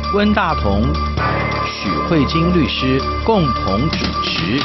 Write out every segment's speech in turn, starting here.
温大同、许慧金律师共同主持。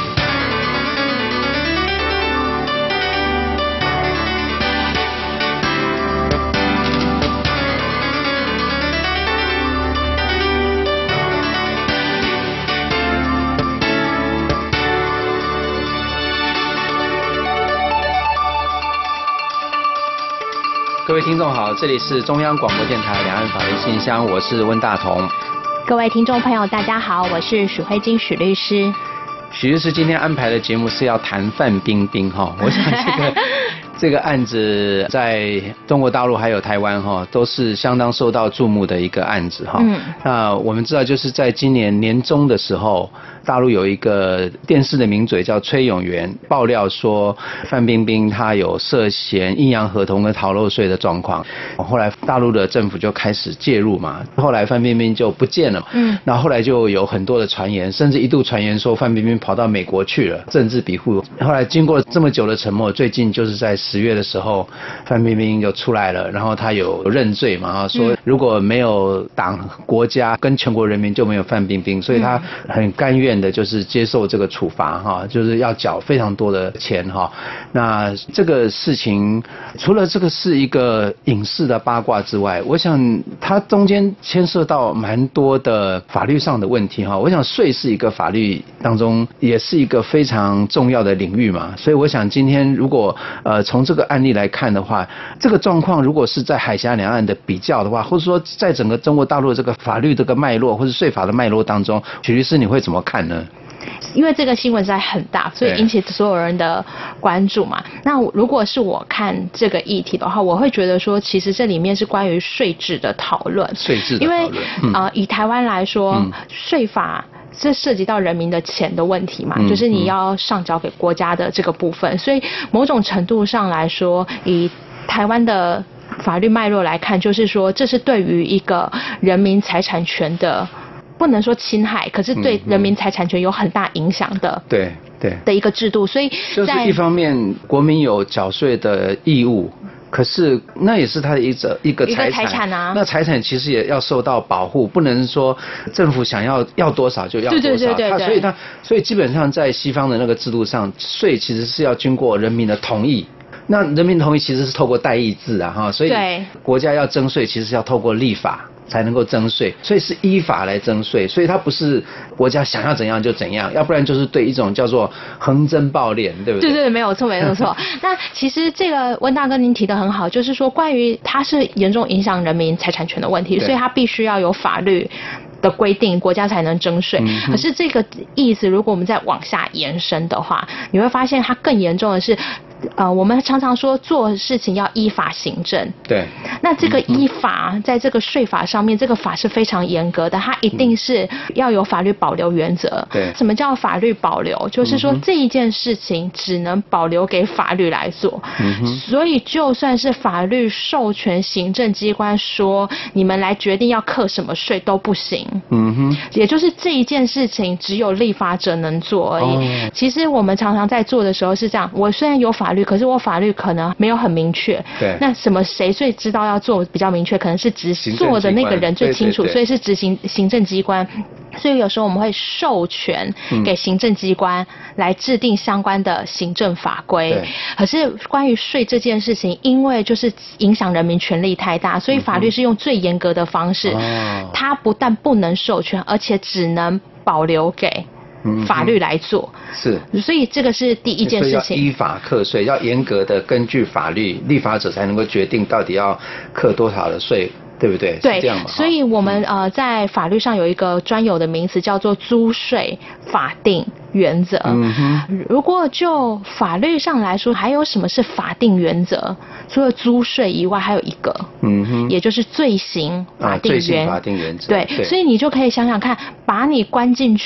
各位听众好，这里是中央广播电台两岸法律信箱，我是温大同。 各位听众朋友大家好，我是许慧金许律师。 许律师今天安排的节目是要谈范冰冰哈，我想这个案子在中国大陆还有台湾哈，都是相当受到注目的一个案子哈。那我们知道就是在今年年中的时候，大陆有一个电视的名嘴叫崔永元爆料说范冰冰她有涉嫌阴阳合同跟逃漏税的状况，后来大陆的政府就开始介入嘛，后来范冰冰就不见了，那后来就有很多的传言，甚至一度传言说范冰冰跑到美国去了，政治庇护。后来经过这么久的沉默，最近就是在10月的时候，范冰冰就出来了，然后她有认罪嘛，说如果没有党、国家跟全国人民就没有范冰冰，所以她很甘愿的就是接受这个处罚哈，就是要缴非常多的钱哈。那这个事情除了这个是一个影视的八卦之外，我想它中间牵涉到蛮多的法律上的问题哈。我想税是一个法律当中也是一个非常重要的领域嘛，所以我想今天如果从这个案例来看的话，这个状况如果是在海峡两岸的比较的话，或者说在整个中国大陆的这个法律这个脉络或者税法的脉络当中，许律师你会怎么看呢？ 因为这个新闻实在很大，所以引起所有人的关注嘛。那如果是我看这个议题的话，我会觉得说，其实这里面是关于税制的讨论。 税制的讨论， 因为以台湾来说，税法这涉及到人民的钱的问题嘛，就是你要上缴给国家的这个部分，所以某种程度上来说，以台湾的法律脉络来看，就是说这是对于一个人民财产权的。不能说侵害，可是对人民财产权有很大影响的，对的一个制度，所以就是一方面国民有缴税的义务，可是那也是他的一个财产啊，那财产其实也要受到保护，不能说政府想要多少就要多少，所以基本上在西方的那个制度上，税其实是要经过人民的同意。那人民同意其实是透过代议制啊哈，所以国家要征税其实是要透过立法才能够征税，所以是依法来征税，所以它不是国家想要怎样就怎样，要不然就是对一种叫做横征暴敛，对不对？ 对，没有错。那其实这个温大哥您提得很好，就是说关于它是严重影响人民财产权的问题，所以它必须要有法律的规定，国家才能征税。可是这个意思，如果我们再往下延伸的话，你会发现它更严重的是。我们常常说做事情要依法行政，对。那这个依法在这个税法上面，这个法是非常严格的，它一定是要有法律保留原则。对。什么叫法律保留？就是说这一件事情只能保留给法律来做。所以就算是法律授权行政机关说你们来决定要课什么税都不行。也就是这一件事情只有立法者能做而已。其实我们常常在做的时候是这样，我虽然有法律，可是我法律可能没有很明确。对。那谁最知道要做比较明确，可能是做的那个人最清楚，所以是执行行政机关。所以有时候我们会授权给行政机关来制定相关的行政法规。可是关于税这件事情，因为就是影响人民权利太大，所以法律是用最严格的方式，它不但不能授权，而且只能保留给法律来做。是。所以这个是第一件事情。 依法课税，要严格的根据法律，立法者才能够决定到底要课多少的税。对不对？对， 所以我们在法律上有一个专有的名词叫做租税法定原则。如果就法律上来说，还有什么是法定原则？除了租税以外，还有一个，也就是罪刑法定原则。对，所以你就可以想想看，把你关进去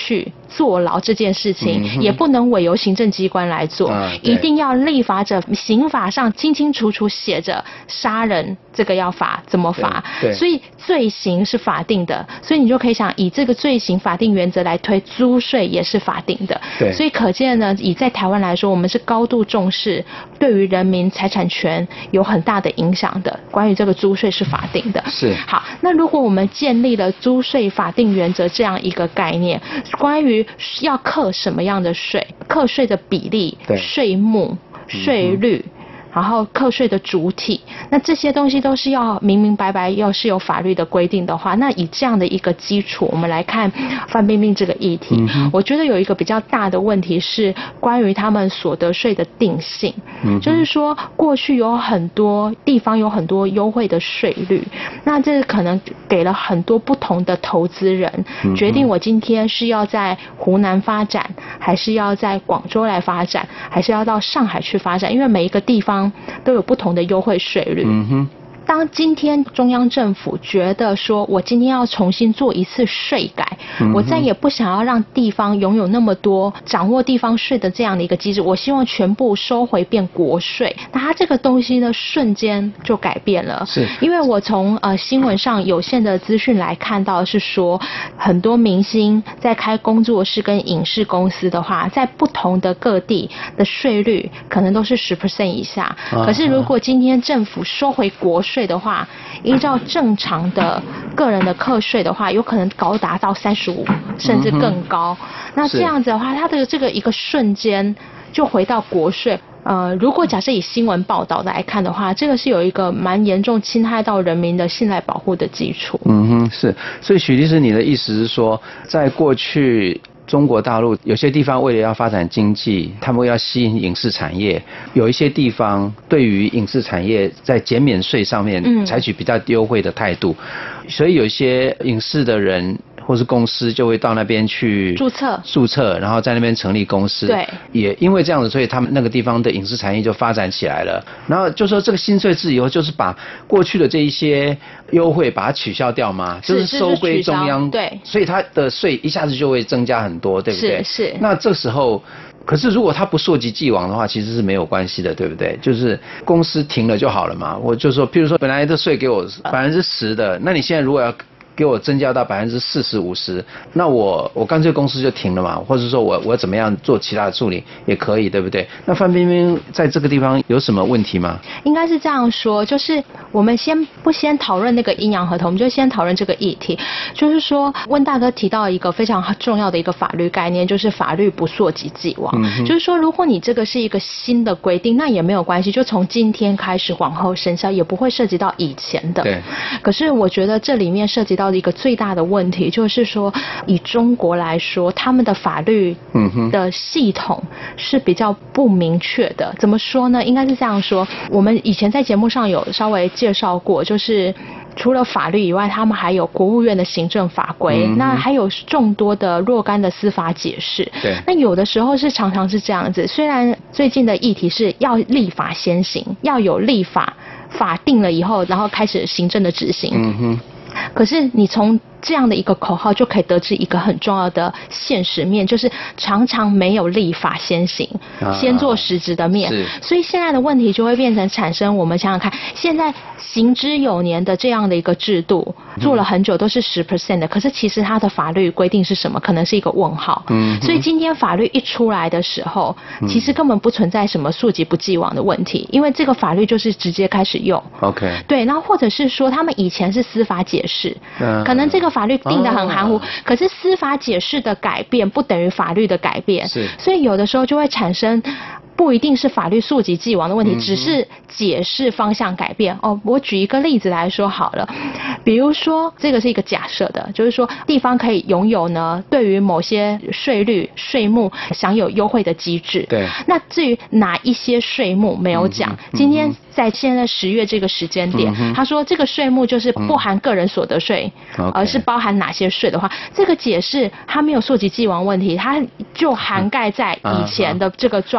坐牢这件事情，也不能委由行政机关来做，一定要立法者刑法上清清楚楚写着杀人这个要罚怎么罚，所以罪行是法定的，所以你就可以想以这个罪行法定原则来推，租税也是法定的，所以可见呢，以在台湾来说，我们是高度重视对于人民财产权有很大的影响的，关于这个租税是法定的。 是。 好，那如果我们建立了租税法定原则这样一个概念，关于要课什么样的税，课税的比例、税目、税率，然后课税的主体，那这些东西都是要明明白白，要是有法律的规定的话，那以这样的一个基础，我们来看范冰冰这个议题，我觉得有一个比较大的问题是关于他们所得税的定性，就是说过去有很多地方有很多优惠的税率，那这可能给了很多不同的投资人决定我今天是要在湖南发展，还是要在广州来发展，还是要到上海去发展，因为每一个地方都有不同的优惠税率。当今天中央政府觉得说我今天要重新做一次税改，我再也不想要让地方拥有那么多掌握地方税的这样的一个机制，我希望全部收回变国税，那它这个东西呢瞬间就改变了。是因为我从新闻上有限的资讯来看到是说，很多明星在开工作室跟影视公司的话，在不同的各地的税率可能都是10% 以下，可是如果今天政府收回国税的话，依照正常的个人的课税的话，有可能高达到35%甚至更高。那这样子的话，它的这个一个瞬间就回到国税。如果假设以新闻报道来看的话，这个是有一个蛮严重侵害到人民的信赖保护的基础。 是。所以许律师，你的意思是说，在过去中国大陆有些地方为了要发展经济，他们要吸引影视产业，有一些地方对于影视产业在减免税上面采取比较优惠的态度，所以有一些影视的人或是公司就会到那边去注册，然后在那边成立公司。对，也因为这样子，所以他们那个地方的影视产业就发展起来了。然后就说这个新税制以后，就是把过去的这一些优惠把它取消掉嘛，就是收归中央。对，所以它的税一下子就会增加很多，对不对？是。那这时候，可是如果它不溯及既往的话，其实是没有关系的，对不对？就是公司停了就好了嘛。我就说，譬如说本来的税给我10%的，那你现在如果要给我增加到40%、50%，那我干脆公司就停了嘛，或者说我怎么样做其他的处理也可以，对不对？那范冰冰在这个地方有什么问题吗？ 应该是这样说，就是我们不先讨论那个阴阳合同，我们就先讨论这个议题。就是说，温大哥提到一个非常重要的一个法律概念，就是法律不溯及既往。就是说，如果你这个是一个新的规定，那也没有关系，就从今天开始往后生效，也不会涉及到以前的。对。可是我觉得这里面涉及到的一个最大的问题就是说，以中国来说，他们的法律的系统是比较不明确的。怎么说呢？应该是这样说，我们以前在节目上有稍微介绍过，就是除了法律以外，他们还有国务院的行政法规，那还有众多的若干的司法解释。对，那有的时候是常常是这样子，虽然最近的议题是要立法先行，要有立法定了以后，然后开始行政的执行。可是你从这样的一个口号就可以得知一个很重要的现实面，就是常常没有立法先行，先做实质的面。所以现在的问题就会变成产生，我们想想看，现在行之有年的这样的一个制度，做了很久都是10% 的，可是其实它的法律规定是什么，可能是一个问号。所以今天法律一出来的时候，其实根本不存在什么溯及不既往的问题，因为这个法律就是直接开始用。OK。对，那或者是说他们以前是司法解释，可能这个法律定得很含糊，可是司法解释的改变不等于法律的改变，所以有的时候就会产生不一定是法律溯及既往的问题，只是解释方向改变。我举一个例子来说好了，比如说这个是一个假设的，就是说地方可以拥有呢对于某些税率税目享有优惠的机制。对。那至于哪一些税目没有讲，今天在现在10月这个时间点，他说这个税目就是不含个人所得税，而是包含哪些税的话，这个解释它没有溯及既往问题，它就涵盖在以前的这个状况。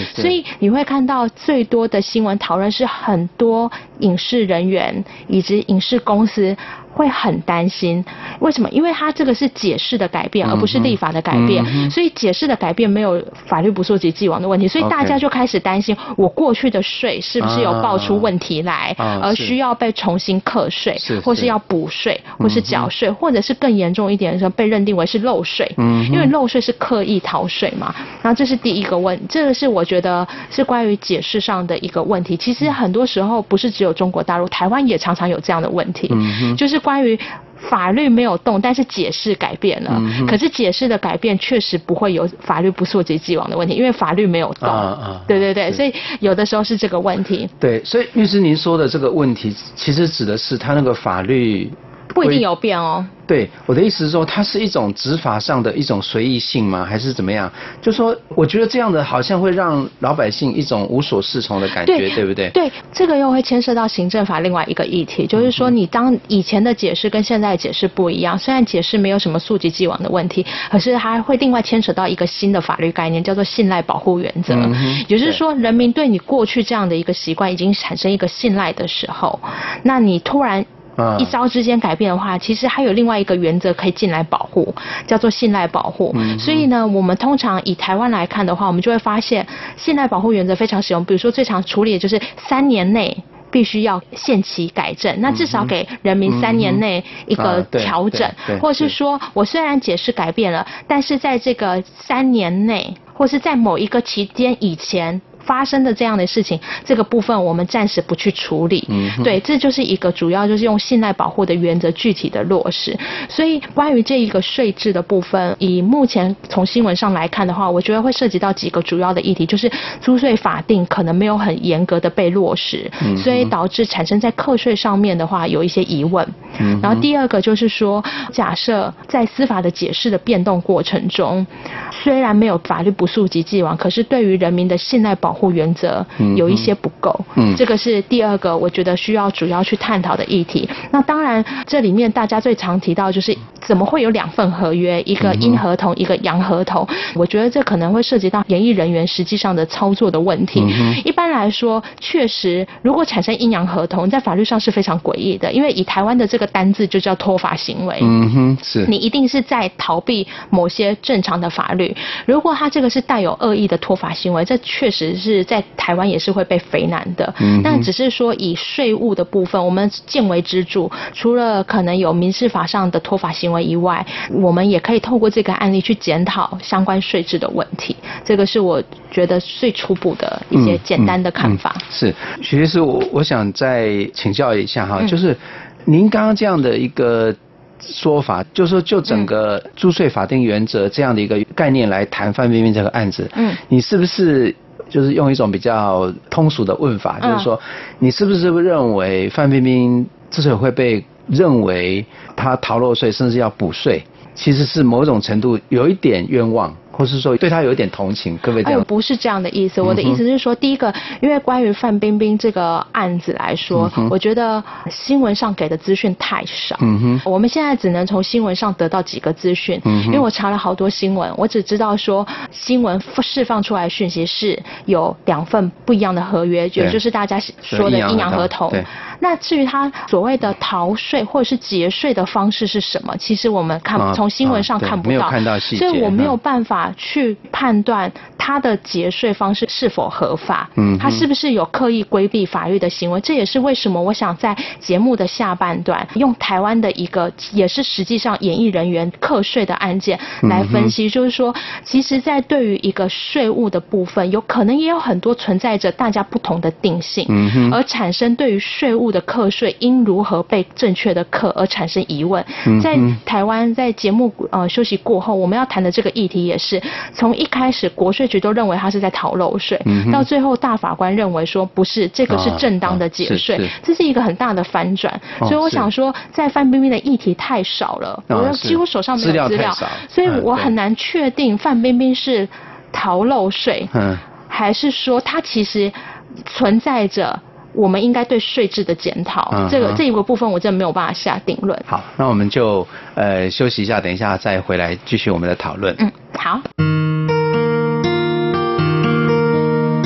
所以你会看到最多的新闻讨论是很多影视人员以及影视公司会很担心，为什么？因为它这个是解释的改变，而不是立法的改变，所以解释的改变没有法律不溯及既往的问题，所以大家就开始担心，我过去的税是不是有爆出问题来，而需要被重新课税，或是要补税，或是缴税，或者是更严重一点的时候被认定为是漏税，因为漏税是刻意逃税嘛。然后这是第一个问题，这个是我觉得是关于解释上的一个问题。其实很多时候不是只有中国大陆，台湾也常常有这样的问题，就是关于法律没有动，但是解释改变了。可是解释的改变确实不会有法律不溯及既往的问题，因为法律没有动。对，所以有的时候是这个问题。 对，所以律师您说的这个问题，其实指的是他那个法律不一定有变哦。 对，我的意思是说，它是一种执法上的一种随意性吗？还是怎么样？就说我觉得这样的好像会让老百姓一种无所适从的感觉，对不对？ 对，这个又会牵涉到行政法另外一个议题，就是说你当以前的解释跟现在的解释不一样，虽然解释没有什么溯及既往的问题，可是它会另外牵扯到一个新的法律概念，叫做信赖保护原则。也就是说，人民对你过去这样的一个习惯已经产生一个信赖的时候，那你突然一朝之间改变的话，其实还有另外一个原则可以进来保护，叫做信赖保护。所以呢，我们通常以台湾来看的话，我们就会发现信赖保护原则非常使用。比如说最常处理的就是3年内必须要限期改正，那至少给人民3年内一个调整，或者是说我虽然解释改变了，但是在这个3年内，或是在某一个期间以前发生的这样的事情，这个部分我们暂时不去处理。对，这就是一个主要就是用信赖保护的原则具体的落实。所以关于这一个税制的部分，以目前从新闻上来看的话，我觉得会涉及到几个主要的议题，就是租税法定可能没有很严格的被落实，所以导致产生在课税上面的话有一些疑问。然后第二个就是说，假设在司法的解释的变动过程中，虽然没有法律不溯及既往，可是对于人民的信赖保护原则有一些不够。这个是第二个我觉得需要主要去探讨的议题。那当然这里面大家最常提到就是怎么会有2份合约，一个阴合同一个阳合同，我觉得这可能会涉及到演艺人员实际上的操作的问题。一般来说确实如果产生阴阳合同在法律上是非常诡异的，因为以台湾的这个单字就叫脱法行为。是你一定是在逃避某些正常的法律，如果他这个是带有恶意的脱法行为，这确实是在台湾也是会被非难的。但只是说以税务的部分我们见微知著，除了可能有民事法上的脱法行为以外，我们也可以透过这个案例去检讨相关税制的问题。这个是我觉得最初步的一些简单的看法。 是许律师，我想再请教一下哈，就是您刚刚这样的一个说法，就是说就整个租税法定原则这样的一个概念来谈范冰冰这个案子，你是不是就是用一种比较通俗的问法，就是说你是不是认为范冰冰之所以会被认为她逃漏税甚至要补税，其实是某种程度有一点冤枉，或是说对他有一点同情，可不可以这样？ 不是这样的意思，我的意思是说，第一个，因为关于范冰冰这个案子来说，我觉得新闻上给的资讯太少。我们现在只能从新闻上得到几个资讯，因为我查了好多新闻，我只知道说新闻释放出来的讯息是有2份不一样的合约，也就是大家说的阴阳合同。那至于他所谓的逃税或者是节税的方式是什么，其实我们从新闻上看不到， 没有看到细节， 所以我没有办法去判断他的节税方式是否合法，他是不是有刻意规避法律的行为。这也是为什么我想在节目的下半段用台湾的一个也是实际上演艺人员课税的案件来分析，就是说其实在对于一个税务的部分，有可能也有很多存在着大家不同的定性，而产生对于税务的课税应如何被正确的课而产生疑问。在台湾在节目休息过后，我们要谈的这个议题也是从一开始国税局都认为他是在逃漏税，到最后大法官认为说不是，这个是正当的节税，这是一个很大的反转。所以我想说在范冰冰的议题太少了，我几乎手上没有资料，所以我很难确定范冰冰是逃漏税，还是说他其实存在着我们应该对税制的检讨。这一个部分我真的没有办法下定论。 好，那我们就休息一下，等一下再回来继续我们的讨论。 好。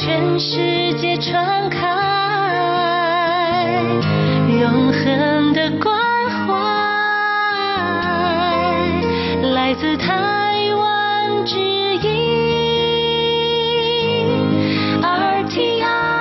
全世界传开，永恒的关怀，来自台湾之音 RTI。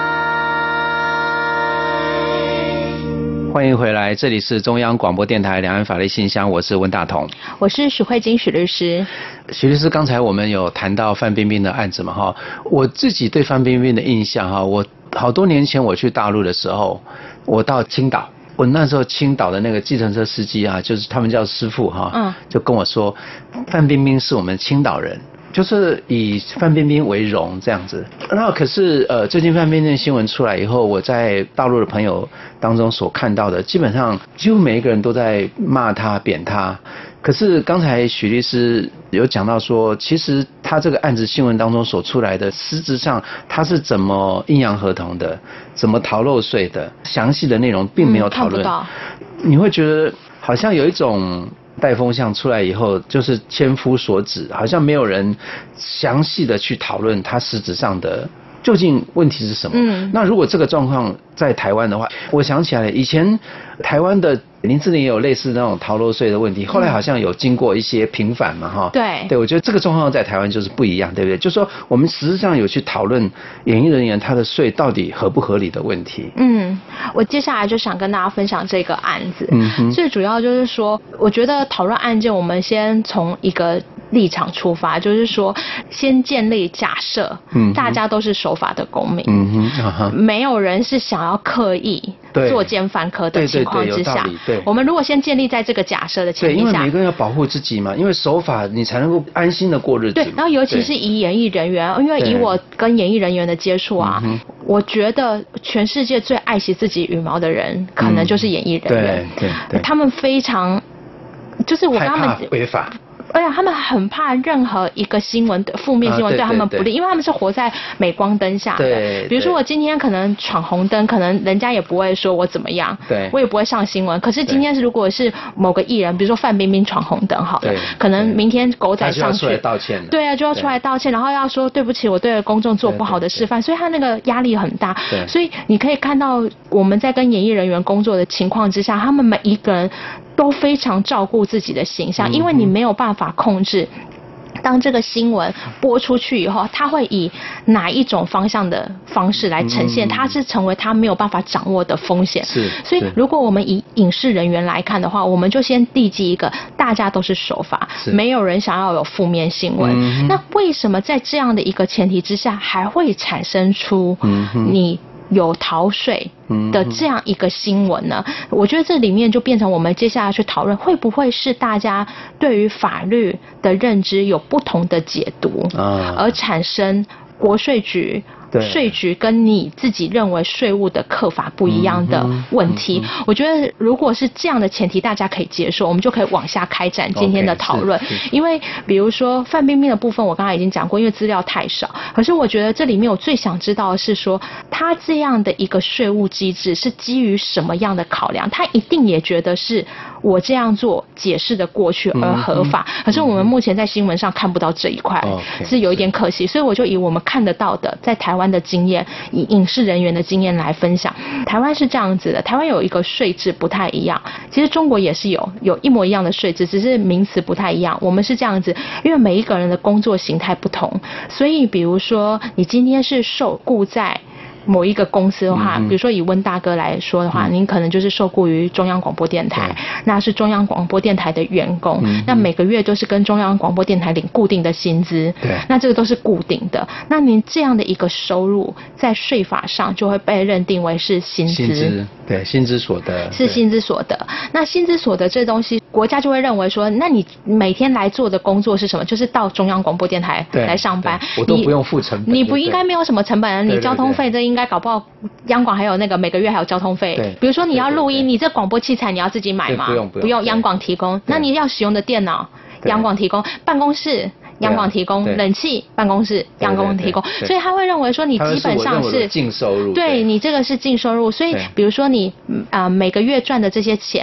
欢迎回来，这里是中央广播电台两岸法律信箱，我是温大同， 我是许慧金许律师。 许律师，刚才我们有谈到范冰冰的案子嘛哈，我自己对范冰冰的印象哈，我好多年前我去大陆的时候，我到青岛，我那时候青岛的那个计程车司机啊，就是他们叫师傅哈，就跟我说，范冰冰是我们青岛人。就是以范冰冰为荣这样子，那可是最近范冰冰的新闻出来以后，我在大陆的朋友当中所看到的，基本上几乎每一个人都在骂她贬她。可是刚才许律师有讲到说，其实他这个案子新闻当中所出来的，实质上他是怎么阴阳合同的，怎么逃漏税的，详细的内容并没有讨论。你会觉得好像有一种带风向出来以后，就是千夫所指，好像没有人详细的去讨论它实质上的究竟问题是什么。那如果这个状况在台湾的话，我想起来了，以前台湾的林志玲也有类似那种逃漏税的问题，后来好像有经过一些平反嘛哈。对，我觉得这个状况在台湾就是不一样，对不对？就是说我们实际上有去讨论演艺人员他的税到底合不合理的问题。 我接下来就想跟大家分享这个案子。最主要就是说，我觉得讨论案件，我们先从一个立场出发，就是说先建立假设，大家都是守法的公民，没有人是想要刻意作奸犯科的情况之下，我们如果先建立在这个假设的前提下， 因为每个人要保护自己嘛，因为守法你才能够安心的过日子。 对，然后尤其是以演艺人员，因为以我跟演艺人员的接触啊，我觉得全世界最爱惜自己羽毛的人，可能就是演艺人员。对，他们非常，就是我跟他们害怕违法。 而且他们很怕任何一个新闻负面新闻对他们不利，因为他们是活在镁光灯下的。比如说我今天可能闯红灯，可能人家也不会说我怎么样，我也不会上新闻。可是今天如果是某个艺人，比如说范冰冰闯红灯好了，可能明天狗仔上去， 就要出来道歉了。 对啊，就要出来道歉，然后要说对不起，我对公众做不好的示范，所以他那个压力很大。所以你可以看到我们在跟演艺人员工作的情况之下，他们每一个人都非常照顾自己的形象，因为你没有办法控制当这个新闻播出去以后，它会以哪一种方向的方式来呈现，它是成为他没有办法掌握的风险。所以如果我们以影视人员来看的话，我们就先缔基一个大家都是守法，没有人想要有负面新闻。那为什么在这样的一个前提之下，还会产生出你有逃税的这样一个新闻呢？我觉得这里面就变成我们接下来去讨论，会不会是大家对于法律的认知有不同的解读，而产生国税局税局跟你自己认为税务的课法不一样的问题。我觉得如果是这样的前提大家可以接受，我们就可以往下开展今天的讨论。因为比如说范冰冰的部分我刚才已经讲过，因为资料太少，可是我觉得这里面我最想知道的是说，他这样的一个税务机制是基于什么样的考量？他一定也觉得是我这样做解释的过去而合法，可是我们目前在新闻上看不到这一块，是有一点可惜。所以我就以我们看得到的在台湾的经验，以影视人员的经验来分享。台湾是这样子的，台湾有一个税制不太一样，其实中国也是有一模一样的税制，只是名词不太一样。我们是这样子，因为每一个人的工作形态不同，所以比如说你今天是受雇在某一个公司的话，比如说以温大哥来说的话，您可能就是受雇于中央广播电台，那是中央广播电台的员工，那每个月都是跟中央广播电台领固定的薪资，那这个都是固定的。那您这样的一个收入，在税法上就会被认定为是薪资， 对，薪资所得是薪资所得。那薪资所得这东西，国家就会认为说，那你每天来做的工作是什么？就是到中央广播电台来上班， 我都不用付成本， 你不应该没有什么成本，你交通费这应该搞不好央广还有那个每个月还有交通费。比如说你要录音，你这广播器材你要自己买吗？不用，央广提供。那你要使用的电脑，央广提供，办公室央广提供，冷气办公室央广提供，所以他会认为说你基本上是净收入， 对，你这个是净收入。所以比如说你每个月赚的这些钱，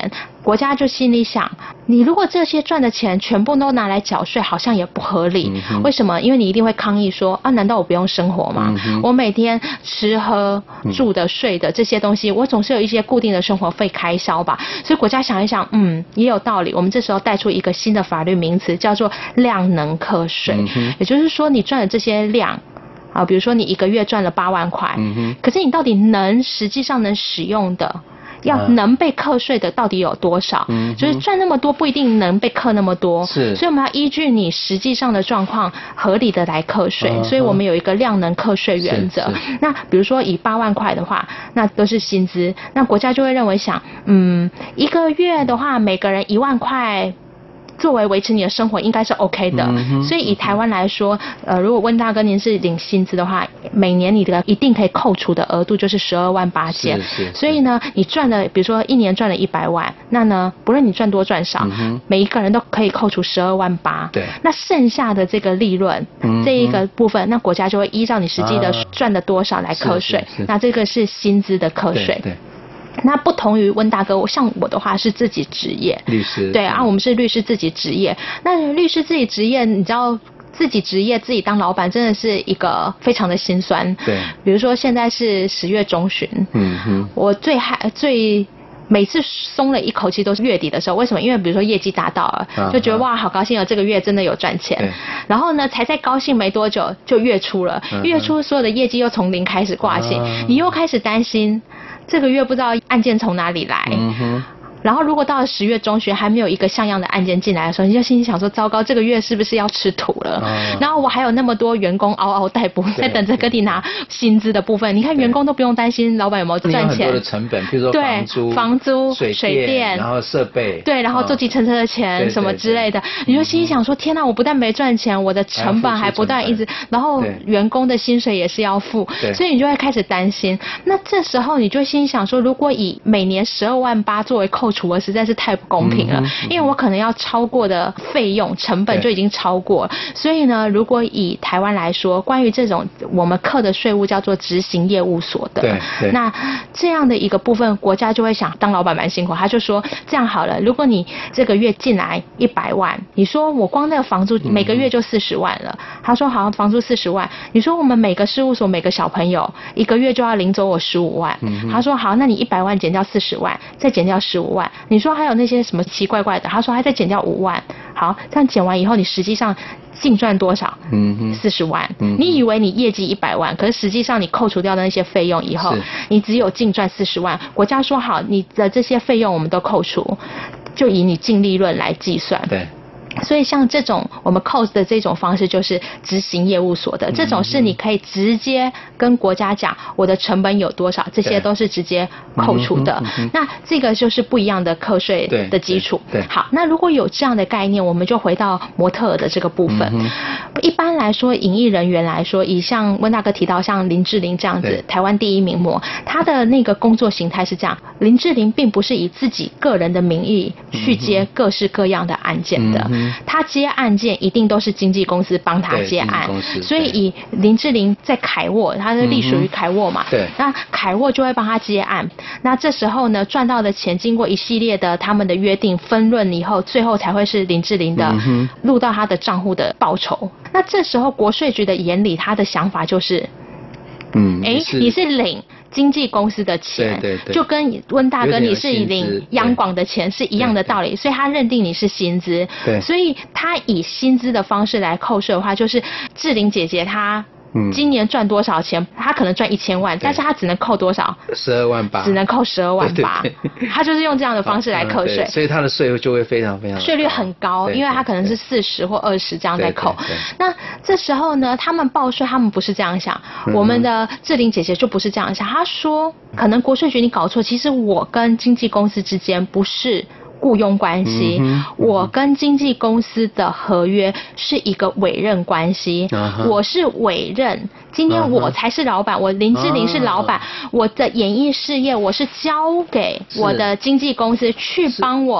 国家就心里想，你如果这些赚的钱全部都拿来缴税，好像也不合理。为什么？因为你一定会抗议说啊，难道我不用生活吗？我每天吃喝住的睡的这些东西，我总是有一些固定的生活费开销吧。所以国家想一想，也有道理。我们这时候带出一个新的法律名词，叫做量能课税。也就是说，你赚的这些量。啊，比如说你一个月赚了8万块，可是你到底实际上能使用的，能被课税的到底有多少？就是赚那么多不一定能被课那么多， 是， 所以我们要依据你实际上的状况合理的来课税，所以我们有一个量能课税原则。那比如说以8万块的话，那都是薪资，那国家就会认为想，一个月的话，每个人1万块。作为维持你的生活应该是 OK 的，所以以台湾来说，如果温大哥您是领薪资的话，每年你的一定可以扣除的额度就是12万8千，所以呢，你赚了，比如说一年赚了100万，那呢，不论你赚多赚少，每一个人都可以扣除12万8，对，那剩下的这个利润，这一个部分，那国家就会依照你实际的赚的多少来课税，那这个是薪资的课税。对。那不同于温大哥，像我的话是自己职业， 律师， 对啊，我们是律师自己职业。那律师自己职业，你知道自己职业自己当老板，真的是一个非常的辛酸。对，比如说现在是10月中旬，我每次松了一口气都是月底的时候，为什么？因为比如说业绩达到了，就觉得哇好高兴啊，这个月真的有赚钱。然后呢，才在高兴没多久就月初了，月初所有的业绩又从0开始挂起，你又开始担心。这个月不知道案件从哪里来，然后如果到了10月中旬还没有一个像样的案件进来的时候，你就心里想说糟糕，这个月是不是要吃土了？然后我还有那么多员工嗷嗷待哺，在等着跟你拿薪资的部分。你看员工都不用担心老板有没有赚钱， 你有很多的成本，比如说房租、水电， 然后设备， 对，然后坐计程车的钱什么之类的，你就心里想说天哪，我不但没赚钱，我的成本还不断一直，然后员工的薪水也是要付，所以你就会开始担心。那这时候你就心里想说，如果以每年12万8作为扣除额，实在是太不公平了，因为我可能要超过的费用成本就已经超过了。所以呢，如果以台湾来说，关于这种我们课的税务叫做执行业务所得，那这样的一个部分，国家就会想，当老板蛮辛苦，他就说这样好了，如果你这个月进来100万，你说我光那个房租每个月就40万了，他说好，房租40万，你说我们每个事务所每个小朋友一个月就要领走我15万，他说好，那你100万减掉40万，再减掉15万，你说还有那些什么奇怪怪的，他说还再减掉5万，好，这样减完以后，你实际上净赚多少？40万。你以为你业绩100万，可是实际上你扣除掉的那些费用以后，你只有净赚40万。国家说好，你的这些费用我们都扣除，就以你净利润来计算。对。所以像这种我们扣的这种方式就是执行业务所得，这种是你可以直接跟国家讲我的成本有多少，这些都是直接扣除的。那这个就是不一样的课税的基础。好，那如果有这样的概念，我们就回到模特儿的这个部分。一般来说，演艺人员来说，以像温大哥提到像林志玲这样子台湾第一名模，他的那个工作形态是这样，林志玲并不是以自己个人的名义去接各式各样的案件的。他接案件一定都是经纪公司帮他接案，所以以林志玲在凯沃，他是隶属于凯沃嘛，那凯沃就会帮他接案。那这时候呢，赚到的钱经过一系列的他们的约定分润以后，最后才会是林志玲的入到他的账户的报酬。那这时候国税局的眼里，他的想法就是，你是领经纪公司的钱，就跟温大哥你是领央广的钱是一样的道理，所以他认定你是薪资，所以他以薪资的方式来扣税的话，就是志玲姐姐她今年赚多少钱？他可能赚1000万，但是他只能扣多少 ？12万8， 只能扣12万8。他就是用这样的方式来扣税， 所以他的税就会非常非常税率很高，因为他可能是40或20这样在扣。那这时候呢，他们报税，他们不是这样想。我们的志玲姐姐就不是这样想，她说可能国税局你搞错，其实我跟经纪公司之间不是雇佣关系，我跟经纪公司的合约是一个委任关系，我是委任，今天我才是老板，我林志玲是老板，我的演艺事业我是交给我的经纪公司去帮我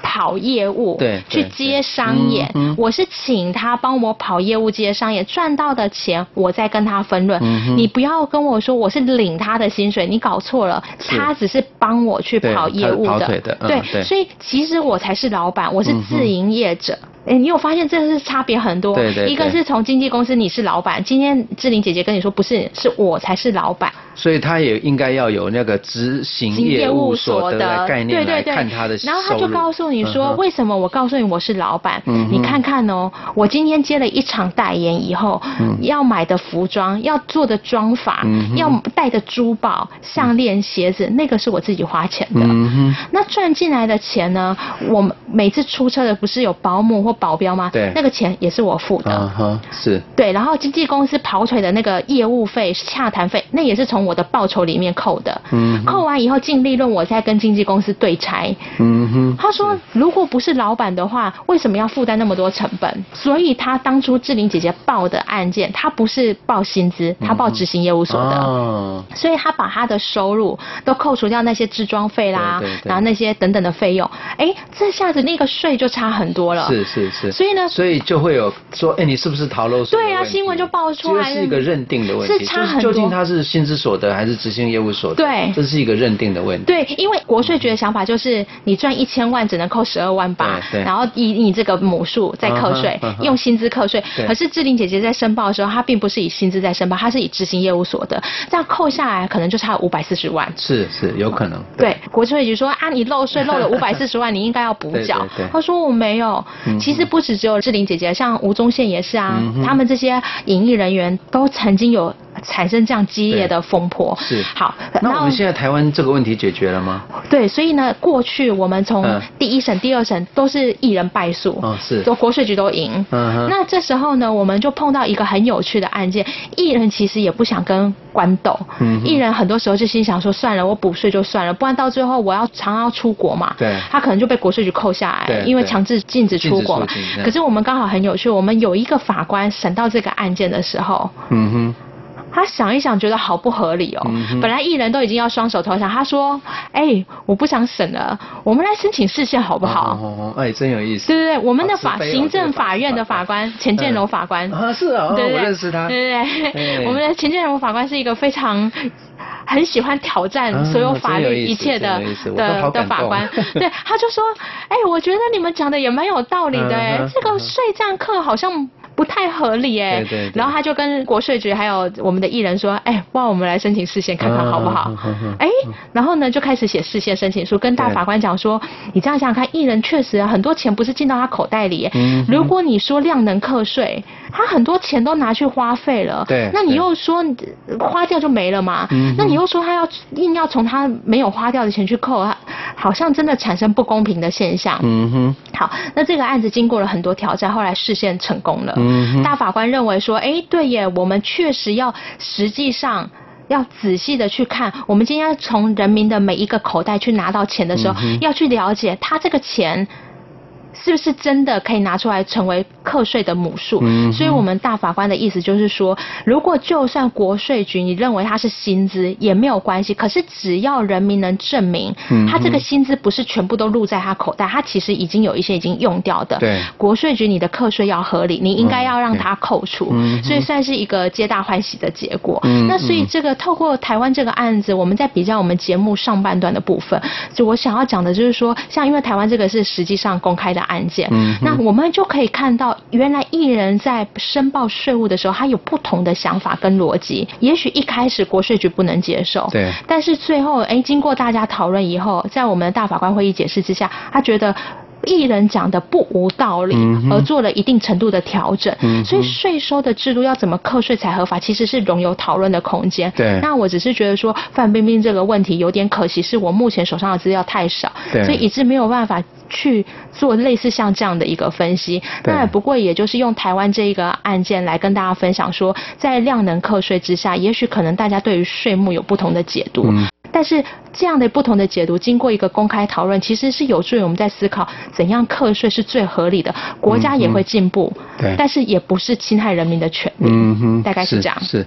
跑业务， 对， 去接商演，我是请他帮我跑业务接商演，赚到的钱我再跟他分润。你不要跟我说我是领他的薪水，你搞错了，他只是帮我去跑业务的，对，所以其实我才是老板，我是自营业者。你有发现这是差别很多？ 对， 一个是从经纪公司你是老板，今天志玲姐姐跟你说不是，是我才是老板。 所以他也应该要有那个执行业务所得的概念来看他的收入。 然后他就告诉你说，为什么我告诉你我是老板？你看看哦，我今天接了一场代言以后，要买的服装、要做的妆法、要戴的珠宝、项链、鞋子，那个是我自己花钱的。那赚进来的钱呢？我每次出车的不是有保姆或保镖吗？ 对， 那个钱也是我付的。 是。 对，然后经纪公司跑腿的那个业务费、洽谈费，那也是从我的报酬里面扣的。扣完以后净利润，我再跟经纪公司对拆。他说，如果不是老板的话，为什么要负担那么多成本？所以他当初志玲姐姐报的案件，他不是报薪资，他报执行业务所得。所以他把他的收入都扣除掉那些制装费啦，然后那些等等的费用，这下子那个税就差很多了。 是。 所以呢， 所以就会有说，你是不是逃漏税？ 对啊，新闻就爆出来， 这是一个认定的问题， 是差很多。 究竟他是薪资所得还是执行业务所得？ 对， 这是一个认定的问题。 对，因为国税局的想法就是你赚1000万只能扣12万8，然后以你这个母数再课税，用薪资课税。可是志玲姐姐在申报的时候，她并不是以薪资在申报，她是以执行业务所得，这样扣下来可能就差540万。 是有可能。 对，国税局说你漏税漏了540万，你应该要补缴。他说我没有。其实不只有志玲姐姐，像吴宗宪也是啊，他们这些演艺人员都曾经有产生这样激烈的风波。 是。 好， 那我们现在台湾这个问题解决了吗？ 对，所以呢，过去我们从第一审、第二审都是艺人败诉，都国税局都赢。那这时候呢，我们就碰到一个很有趣的案件，艺人其实也不想跟官斗，艺人很多时候就心想说，算了，我补税就算了，不然到最后我常要出国嘛，他可能就被国税局扣下来，因为强制禁止出国嘛。可是我们刚好很有趣，我们有一个法官审到这个案件的时候，他想一想，觉得好不合理哦。本来艺人都已经要双手投降，他说：“我不想审了，我们来申请释宪好不好？” 真有意思。 对，我们的行政法院的法官钱建柔法官是啊，我认识他。 对，我们的钱建柔法官是一个非常很喜欢挑战所有法律一切的法官。对，他就说：“我觉得你们讲的也蛮有道理的，这个税这样课好像不太合理对。然后他就跟国税局还有我们的艺人说，不然我们来申请释宪看看好不好？然后呢就开始写释宪申请书，跟大法官讲说，你这样想想看，艺人确实很多钱不是进到他口袋里如果你说量能课税，他很多钱都拿去花费了，那你又说花掉就没了嘛？那你又说他硬要从他没有花掉的钱去扣，好像真的产生不公平的现象。好，那这个案子经过了很多挑战，后来释宪成功了。大法官认为说，对耶，我们确实要实际上要仔细的去看，我们今天要从人民的每一个口袋去拿到钱的时候，要去了解他这个钱是不是真的可以拿出来成为课税的母数。所以我们大法官的意思就是说，如果就算国税局你认为它是薪资也没有关系，可是只要人民能证明他这个薪资不是全部都入在他口袋，他其实已经有一些已经用掉的，国税局你的课税要合理，你应该要让他扣除，所以算是一个皆大欢喜的结果。那所以这个透过台湾这个案子，我们在比较我们节目上半段的部分，就我想要讲的就是说，像因为台湾这个是实际上公开的案件，那我们就可以看到，原来艺人在申报税务的时候，他有不同的想法跟逻辑。也许一开始国税局不能接受，但是最后经过大家讨论以后，在我们的大法官会议解释之下，他觉得艺人讲的不无道理，而做了一定程度的调整。所以税收的制度要怎么课税才合法，其实是容有讨论的空间。那我只是觉得说范冰冰这个问题有点可惜，是我目前手上的资料太少，所以以致没有办法去做类似像这样的一个分析。那不过也就是用台湾这一个案件来跟大家分享说，在量能课税之下，也许可能大家对于税目有不同的解读。但是这样的不同的解读，经过一个公开讨论，其实是有助于我们在思考怎样课税是最合理的，国家也会进步，但是也不是侵害人民的权利。大概是这样。 是。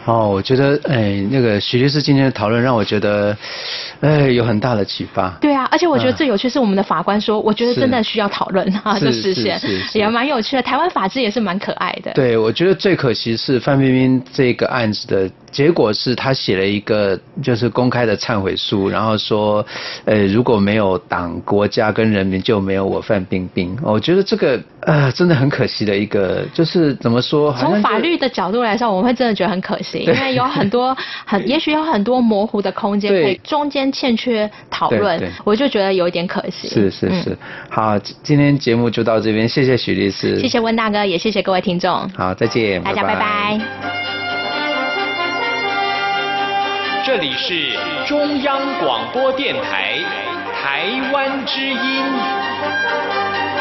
我觉得那个许律师今天的讨论让我觉得有很大的启发。 对啊，而且我觉得最有趣是我们的法官说，我觉得真的需要讨论这事件也蛮有趣的。台湾法制也是蛮可爱的。 对，我觉得最可惜是范冰冰这个案子的结果是他写了一个就是公开的忏悔书，然后说如果没有党国家跟人民就没有我范冰冰。我觉得这个真的很可惜的一个，就是怎么说， 从法律的角度来说我们会真的觉得很可惜，因为有很多也许有很多模糊的空间，可以中间欠缺讨论，我就觉得有一点可惜。 是好，今天节目就到这边，谢谢许律师， 谢谢温大哥，也谢谢各位听众。 好，再见， 大家拜拜。 这里是中央广播电台台湾之音。